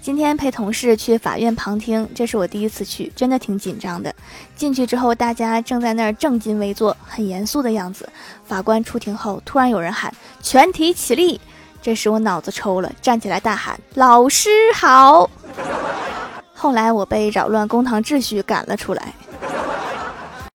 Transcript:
今天陪同事去法院旁听，这是我第一次去，真的挺紧张的。进去之后，大家正在那儿正襟危坐，很严肃的样子。法官出庭后，突然有人喊全体起立，这时我脑子抽了，站起来大喊老师好。后来我被扰乱公堂秩序赶了出来。